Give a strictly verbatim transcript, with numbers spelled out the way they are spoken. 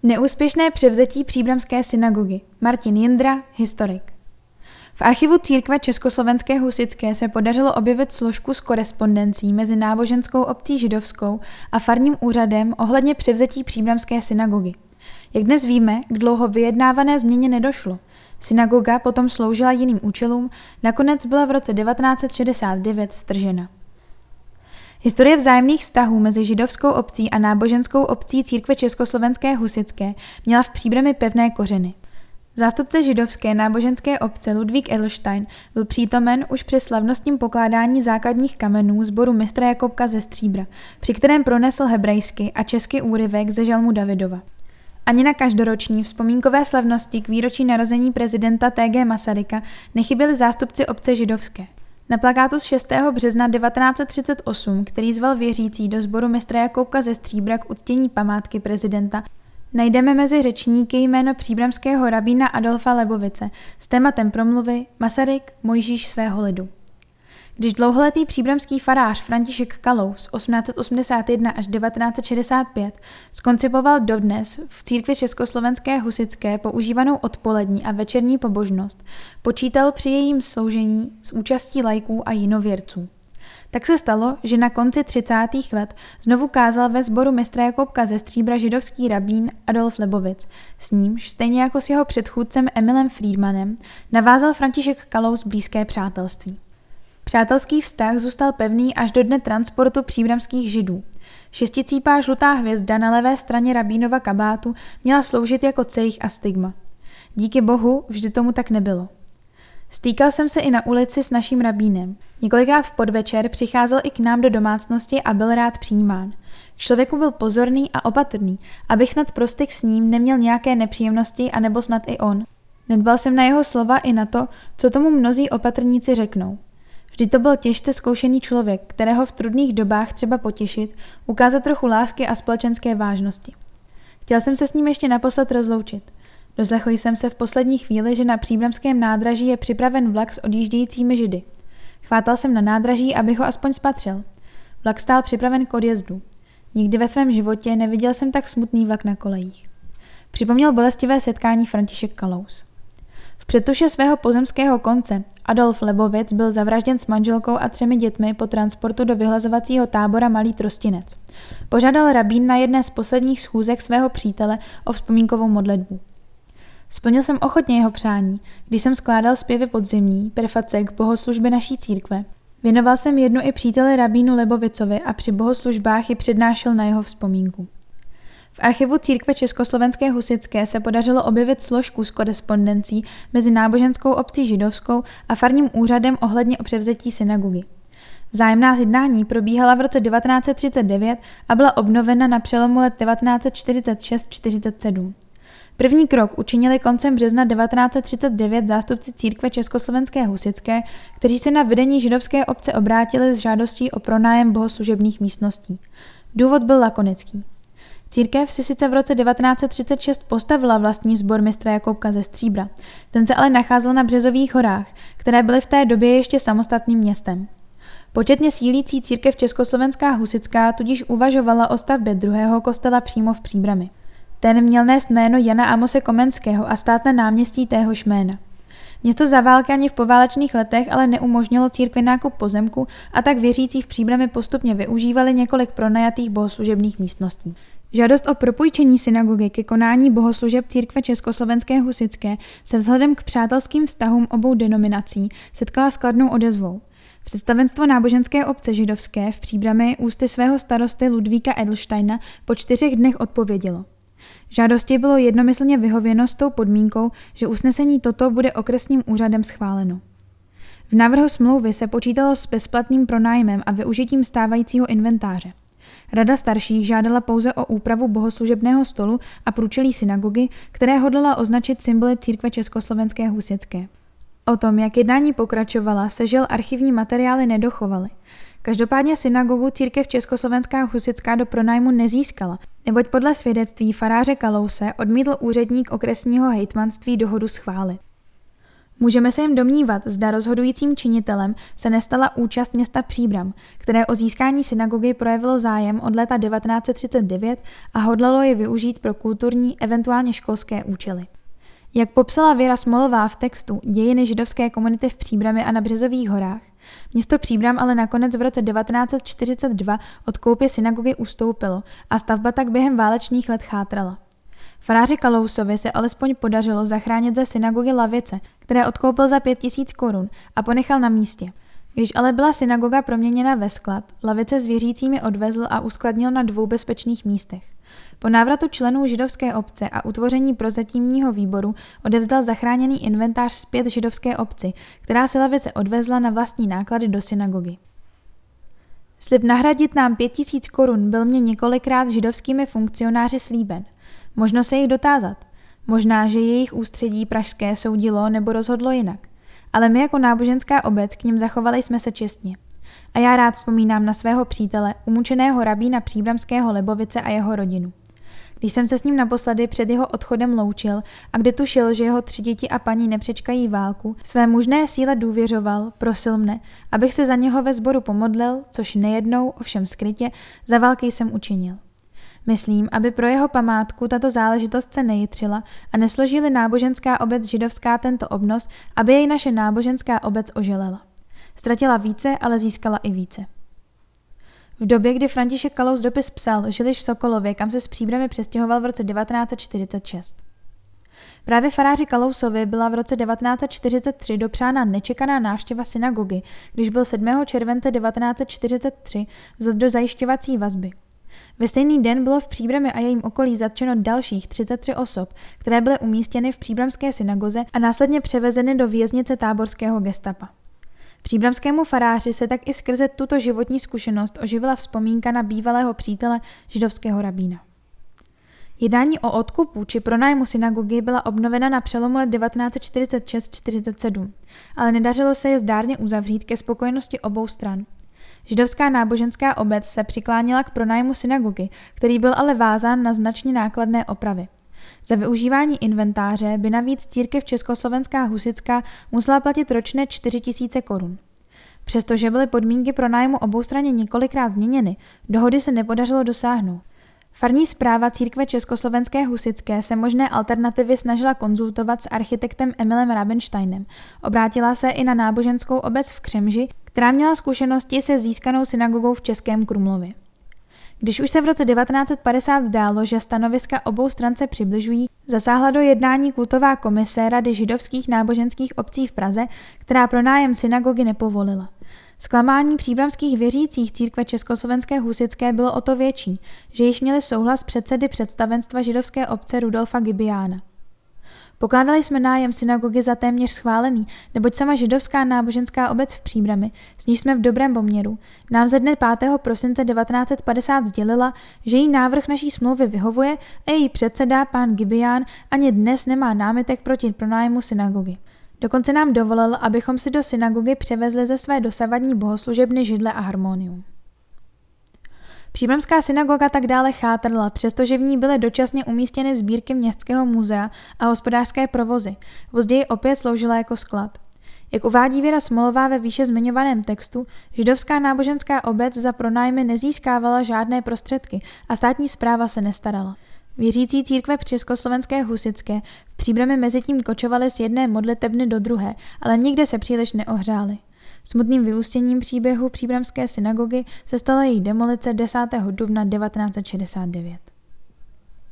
Neúspěšné převzetí příbramské synagogy. Martin Jindra, historik. V archivu církve Československé husitské se podařilo objevit složku s korespondencí mezi náboženskou obcí židovskou a farním úřadem ohledně převzetí příbramské synagogy. Jak dnes víme, k dlouho vyjednávané změně nedošlo. Synagoga potom sloužila jiným účelům, nakonec byla v roce devatenáct set šedesát devět stržena. Historie vzájemných vztahů mezi židovskou obcí a náboženskou obcí církve Československé husitské měla v Příbrami pevné kořeny. Zástupce židovské náboženské obce Ludvík Edelstein byl přítomen už při slavnostním pokládání základních kamenů sboru mistra Jakobka ze Stříbra, při kterém pronesl hebrejsky a česky úryvek ze žalmu Davidova. Ani na každoroční vzpomínkové slavnosti k výročí narození prezidenta T G Masaryka nechyběli zástupci obce židovské. Na plakátu z šestého března devatenáct set třicet osm, který zval věřící do sboru mistra Jakobka ze Stříbra k uctění památky prezidenta, najdeme mezi řečníky jméno příbramského rabína Adolfa Lebovice s tématem promluvy Masaryk, Mojžíš svého lidu. Když dlouholetý příbramský farář František Kalous osmnáct set osmdesát jedna až devatenáct set šedesát pět skoncipoval dodnes v církvi Československé husitské používanou odpolední a večerní pobožnost, počítal při jejím sloužení s účastí laiků a jinověrců. Tak se stalo, že na konci třicátých let znovu kázal ve sboru mistra Jakobka ze Stříbra židovský rabín Adolf Lebovic. S nímž, stejně jako s jeho předchůdcem Emilem Friedmanem, navázal František Kalous blízké přátelství. Přátelský vztah zůstal pevný až do dne transportu příbramských židů. Šesticípá žlutá hvězda na levé straně rabínova kabátu měla sloužit jako cejch a stigma. Díky bohu vždy tomu tak nebylo. Stýkal jsem se i na ulici s naším rabínem. Několikrát v podvečer přicházel i k nám do domácnosti a byl rád přijímán. K člověku byl pozorný a opatrný, abych snad pro styk s ním neměl nějaké nepříjemnosti anebo snad i on. Nedbal jsem na jeho slova i na to, co tomu mnozí opatrníci řeknou. Vždy to byl těžce zkoušený člověk, kterého v trudných dobách třeba potěšit, ukázat trochu lásky a společenské vážnosti. Chtěl jsem se s ním ještě naposled rozloučit. Doslechl jsem se v poslední chvíli, že na příbramském nádraží je připraven vlak s odjíždějícími židy. Chvátal jsem na nádraží, abych ho aspoň spatřil. Vlak stál připraven k odjezdu. Nikdy ve svém životě neviděl jsem tak smutný vlak na kolejích. Připomněl bolestivé setkání František Kalous. V předtuše svého pozemského konce Adolf Lebovic byl zavražděn s manželkou a třemi dětmi po transportu do vyhlazovacího tábora Malý Trostinec. Požádal rabín na jedné z posledních schůzek svého přítele o vzpomínkovou modlitbu. Splnil jsem ochotně jeho přání, když jsem skládal zpěvy podzimní, preface k bohoslužbě naší církve. Věnoval jsem jednu i příteli rabínu Lebovicovi a při bohoslužbách ji přednášel na jeho vzpomínku. V archivu církve Československé husitské se podařilo objevit složku s korespondencí mezi náboženskou obcí židovskou a farním úřadem ohledně o převzetí synagogy. Vzájemná jednání probíhala v roce devatenáct set třicet devět a byla obnovena na přelomu let devatenáct set čtyřicet šest čtyřicet sedm. První krok učinili koncem března devatenáct set třicet devět zástupci církve Československé husitské, kteří se na vedení židovské obce obrátili s žádostí o pronájem bohoslužebných místností. Důvod byl lakonický. Církev si sice v roce devatenáct set třicet šest postavila vlastní sbor mistra Jakobka ze Stříbra, ten se ale nacházel na Březových horách, které byly v té době ještě samostatným městem. Početně sílící církev Československá husitská tudíž uvažovala o stavbě druhého kostela přímo v Příbrami. Ten měl nést jméno Jana Amose Komenského a stát na náměstí téhož jména. Město za války ani v poválečných letech ale neumožnilo církvi nákup pozemku a tak věřící v Příbrami postupně využívali několik pronajatých bohoslužebných místností. Žádost o propůjčení synagogy ke konání bohoslužeb církve Československé husitské se vzhledem k přátelským vztahům obou denominací setkala s kladnou odezvou. Představenstvo náboženské obce židovské v Příbrami ústy svého starosty Ludvíka Edelsteina po čtyřech dnech odpovědělo. Žádosti bylo jednomyslně vyhověno s tou podmínkou, že usnesení toto bude okresním úřadem schváleno. V návrhu smlouvy se počítalo s bezplatným pronájmem a využitím stávajícího inventáře. Rada starších žádala pouze o úpravu bohoslužebného stolu a průčelí synagogy, které hodlala označit symboly církve Československé husitské. O tom, jak jednání pokračovala, se žel archivní materiály nedochovaly. Každopádně synagogu církev Československá husitská do pronájmu nezískala, neboť podle svědectví faráře Kalouse odmítl úředník okresního hejtmanství dohodu schválit. Můžeme se jen domnívat, zda rozhodujícím činitelem se nestala účast města Příbram, které o získání synagogy projevilo zájem od léta devatenáct set třicet devět a hodlalo je využít pro kulturní, eventuálně školské účely. Jak popsala Věra Smolová v textu Dějiny židovské komunity v Příbrami a na Březových horách, město Příbram ale nakonec v roce devatenáct set čtyřicet dva od koupě synagogy ustoupilo a stavba tak během válečných let chátrala. Faráři Kalousovi se alespoň podařilo zachránit ze synagogy lavice, které odkoupil za pět tisíc korun a ponechal na místě. Když ale byla synagoga proměněna ve sklad, lavice s věřícími odvezl a uskladnil na dvou bezpečných místech. Po návratu členů židovské obce a utvoření prozatímního výboru odevzdal zachráněný inventář zpět židovské obci, která si lavice odvezla na vlastní náklady do synagogy. Slib nahradit nám pět tisíc korun byl mě několikrát židovskými funkcionáři slíben. Možno se jich dotázat. Možná, že jejich ústředí pražské soudilo nebo rozhodlo jinak. Ale my jako náboženská obec k nim zachovali jsme se čestně. A já rád vzpomínám na svého přítele, umučeného rabína příbramského Lebovice a jeho rodinu. Když jsem se s ním naposledy před jeho odchodem loučil a kdy tušil, že jeho tři děti a paní nepřečkají válku, své mužné síle důvěřoval, prosil mne, abych se za něho ve sboru pomodlil, což nejednou, ovšem skrytě, za války jsem učinil. Myslím, aby pro jeho památku tato záležitost se nejitřila a nesložili náboženská obec židovská tento obnos, aby jej naše náboženská obec oželela. Ztratila více, ale získala i více. V době, kdy František Kalous dopis psal, žili v Sokolově, kam se s Příbrami přestěhoval v roce devatenáct set čtyřicet šest. Právě faráři Kalousovi byla v roce devatenáct set čtyřicet tři dopřána nečekaná návštěva synagogy, když byl sedmého července devatenáct set čtyřicet tři vzat do zajišťovací vazby. Ve stejný den bylo v Příbrami a jejím okolí zatčeno dalších třicet tři osob, které byly umístěny v příbramské synagoze a následně převezeny do věznice táborského gestapa. Příbramskému faráři se tak i skrze tuto životní zkušenost oživila vzpomínka na bývalého přítele židovského rabína. Jednání o odkupu či pronájmu synagogy byla obnovena na přelomu let devatenáct set čtyřicet šest čtyřicet sedm, ale nedařilo se je zdárně uzavřít ke spokojenosti obou stran. Židovská náboženská obec se přikláněla k pronájmu synagogy, který byl ale vázán na značně nákladné opravy. Za využívání inventáře by navíc církev Československá husitská musela platit ročné čtyři tisíce korun. Přestože byly podmínky pronájmu oboustranně několikrát změněny, dohody se nepodařilo dosáhnout. Farní správa církve Československé husitské se možné alternativy snažila konzultovat s architektem Emilem Rabensteinem. Obrátila se i na náboženskou obec v Křemži, která měla zkušenosti se získanou synagogou v Českém Krumlově. Když už se v roce devatenáct set padesát zdálo, že stanoviska obou stran se přibližují, zasáhla do jednání kultová komise Rady židovských náboženských obcí v Praze, která pronájem synagogy nepovolila. Zklamání příbramských věřících církve Československé husitské bylo o to větší, že již měli souhlas předsedy představenstva židovské obce Rudolfa Gibiána. Pokládali jsme nájem synagogy za téměř schválený, neboť sama židovská náboženská obec v Příbrami, s níž jsme v dobrém poměru, nám ze dne pátého prosince devatenáct set padesát sdělila, že jí návrh naší smlouvy vyhovuje a její předseda, pán Gibián, ani dnes nemá námitek proti pronájmu synagogy. Dokonce nám dovolil, abychom si do synagogy převezli ze své dosavadní bohoslužebny židle a harmonium. Příbramská synagoga tak dále chátrala, přestože v ní byly dočasně umístěny sbírky městského muzea a hospodářské provozy. Později opět sloužila jako sklad. Jak uvádí Věra Smolová ve výše zmiňovaném textu, židovská náboženská obec za pronájmy nezískávala žádné prostředky a státní správa se nestarala. Věřící církve Československé husitské v Příbrami mezitím kočovaly z jedné modlitebny do druhé, ale nikde se příliš neohřály. Smutným vyústěním příběhu příbramské synagogy se stala její demolice desátého dubna devatenáct set šedesát devět.